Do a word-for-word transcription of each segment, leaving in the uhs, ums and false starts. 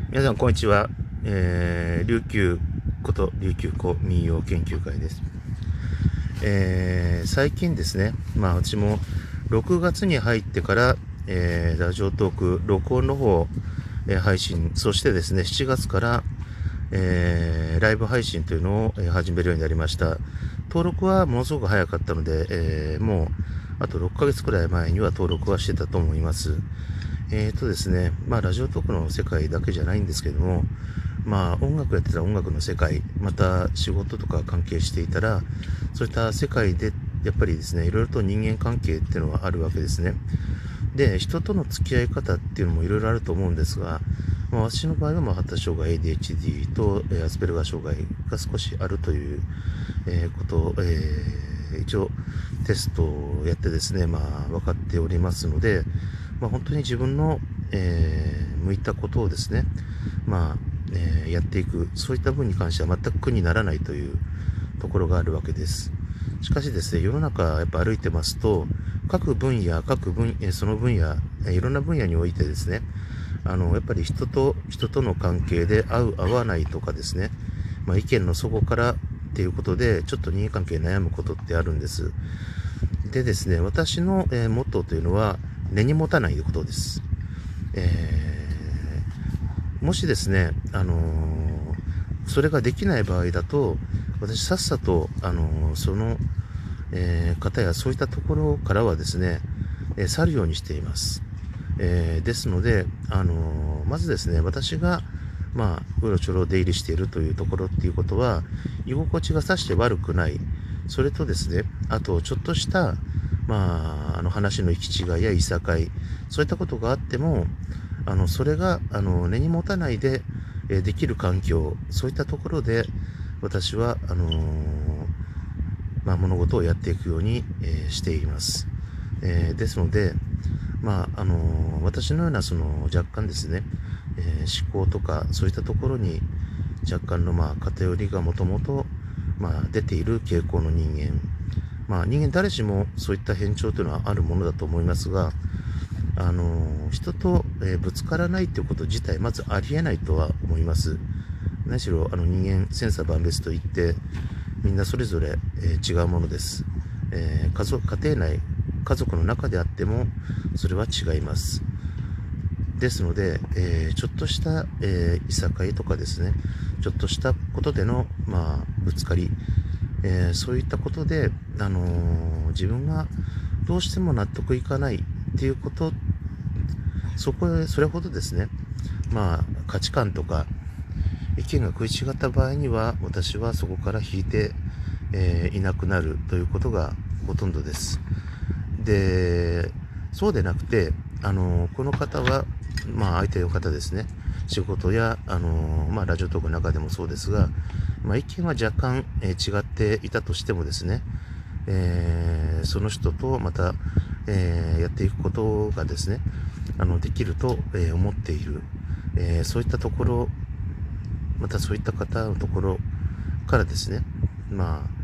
皆さんこんにちは、えー、琉球こと琉球古民謡研究会です。えー、最近ですね、まあ私もろくがつに入ってから、えー、ラジオトーク録音の方、えー、配信、そしてですねしちがつから、えー、ライブ配信というのを、えー始めるようになりました。登録はものすごく早かったので、えー、もうあとろっかげつくらい前には登録はしてたと思います。えーとですね、まあラジオトークの世界だけじゃないんですけども、まあ音楽やってたら音楽の世界、また仕事とか関係していたら、そういった世界でやっぱりですね、いろいろと人間関係っていうのはあるわけですね。で、人との付き合い方っていうのもいろいろあると思うんですが、まあ、私の場合はまあ発達障害 エーディーエイチディー と、えーアスペルガー障害が少しあるという、えーことを、えー一応テストをやってですね、まあ分かっておりますので、まあ、本当に自分の、えー向いたことをですね、まあ、えーやっていく、そういった分に関しては全く苦にならないというところがあるわけです。しかしですね、世の中やっぱ歩いてますと、各分野、各分、その分野、いろんな分野においてですね、あの、やっぱり人と人との関係で合う合わないとかですね、まあ、意見の底からっていうことで、ちょっと人間関係悩むことってあるんです。でですね、私の、えーモットーというのは、根に持たないことです。えーもしですね、あのーそれができない場合だと、私さっさと、あのーその、えー方やそういったところからはですね、えー去るようにしています。えーですので、あのーまずですね、私が、まあ、うろちょろ出入りしているというところっていうことは、居心地がさして悪くない。それとですね、あと、ちょっとした、まあ、あの話の行き違いやいさかい、そういったことがあっても、あの、それが、あの、根に持たないで、えーできる環境、そういったところで、私は、あのーまあ、物事をやっていくように、えーしています。えーですので、まあ、あのー私のようなその若干ですね、えー思考とかそういったところに若干のまあ偏りがもともとまあ出ている傾向の人間、まあ人間誰しもそういった変調というのはあるものだと思いますが、あのー人と、えーぶつからないということ自体まずありえないとは思います。何しろあの人間千差万別といってみんなそれぞれ、えー違うものです。えー家族家庭内家族の中であってもそれは違います。ですので、えーちょっとした、えーいさかいとかですね、ちょっとしたことでの、まあ、ぶつかり、えーそういったことで、あのー自分がどうしても納得いかないっていうこと、そこへ、それほどですね、まあ、価値観とか意見が食い違った場合には、私はそこから引いて、えーいなくなるということがほとんどです。で、そうでなくて、あのこの方は、まあ相手の方ですね、仕事や、あのまあラジオトークの中でもそうですが、まあ意見は若干、えー違っていたとしてもですね、えーその人とまた、えーやっていくことがですね、あの、できると、えー思っている。えーそういったところ、またそういった方のところからですね、まあ、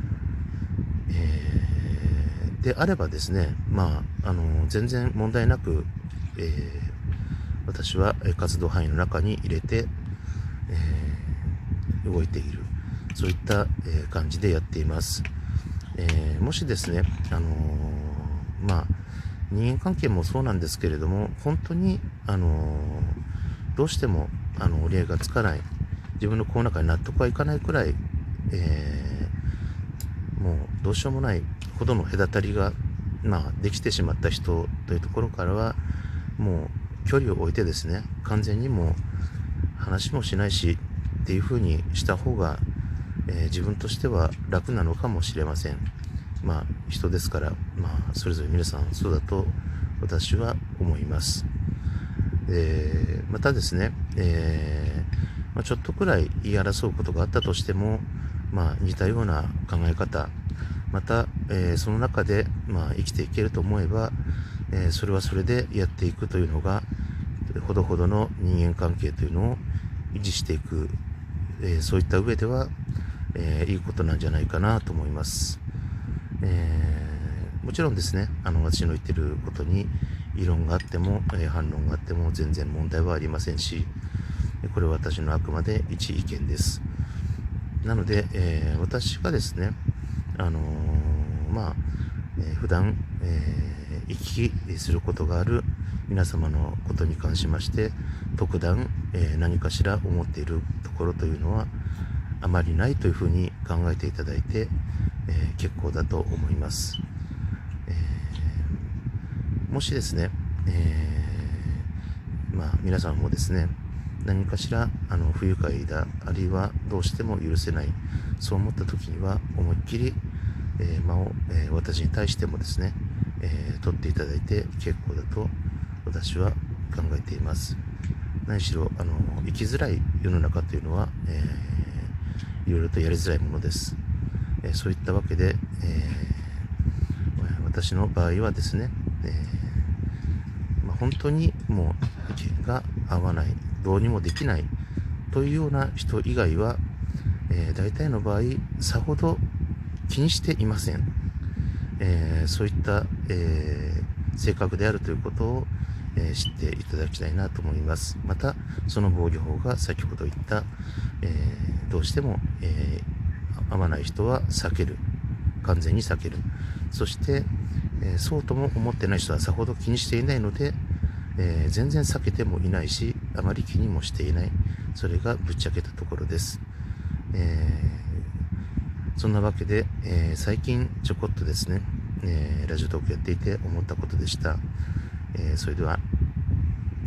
えーであればですね、まあ、あの、全然問題なく、えー私は活動範囲の中に入れて、えー動いている。そういった、えー感じでやっています。えーもしですね、あのーまあ、人間関係もそうなんですけれども、本当に、あのーどうしても、あの、折り合いがつかない、自分のこの中に納得はいかないくらい、えーもうどうしようもないほどの隔たりが、まあ、できてしまった人というところからは、もう距離を置いてですね、完全にもう話もしないしっていう風にした方が、えー自分としては楽なのかもしれません。まあ人ですから、まあそれぞれ皆さんそうだと私は思います。えーまたですね、えーまあ、ちょっとくらい言い争うことがあったとしても、まあ似たような考え方、また、えーその中で、まあ、生きていけると思えば、えーそれはそれでやっていくというのが、ほどほどの人間関係というのを維持していく、えーそういった上では、えーいいことなんじゃないかなと思います。えーもちろんですね、あの私の言ってることに異論があっても、えー反論があっても全然問題はありませんし、 これは私のあくまで一意見です。なので、えー、私がですね、あのー、まあ、えー、普段、えー、行き来することがある皆様のことに関しまして、特段、えー、何かしら思っているところというのはあまりないというふうに考えていただいて、えー、結構だと思います。えー、もしですね、えー、まあ皆さんもですね、何かしらあの不愉快だ、あるいはどうしても許せない、そう思った時には思いっきり、えー、間を、えー、私に対してもですね、えー、取っていただいて結構だと私は考えています。何しろあの生きづらい世の中というのは、えー、いろいろとやりづらいものです。えー、そういったわけで、えー、私の場合はですね、えーまあ、本当にもう意見が合わない、どうにもできないというような人以外は、えー、大体の場合さほど気にしていません。えー、そういった、えー、性格であるということを、えー、知っていただきたいなと思います。またその防御法が先ほど言った、えー、どうしても、えー、合わない人は避ける、完全に避ける、そして、えー、そうとも思ってない人はさほど気にしていないので、えー、全然避けてもいないし、あまり気にもしていない、それがぶっちゃけたところです。えー、そんなわけで、えー、最近ちょこっとですね、えー、ラジオトークやっていて思ったことでした。えー、それでは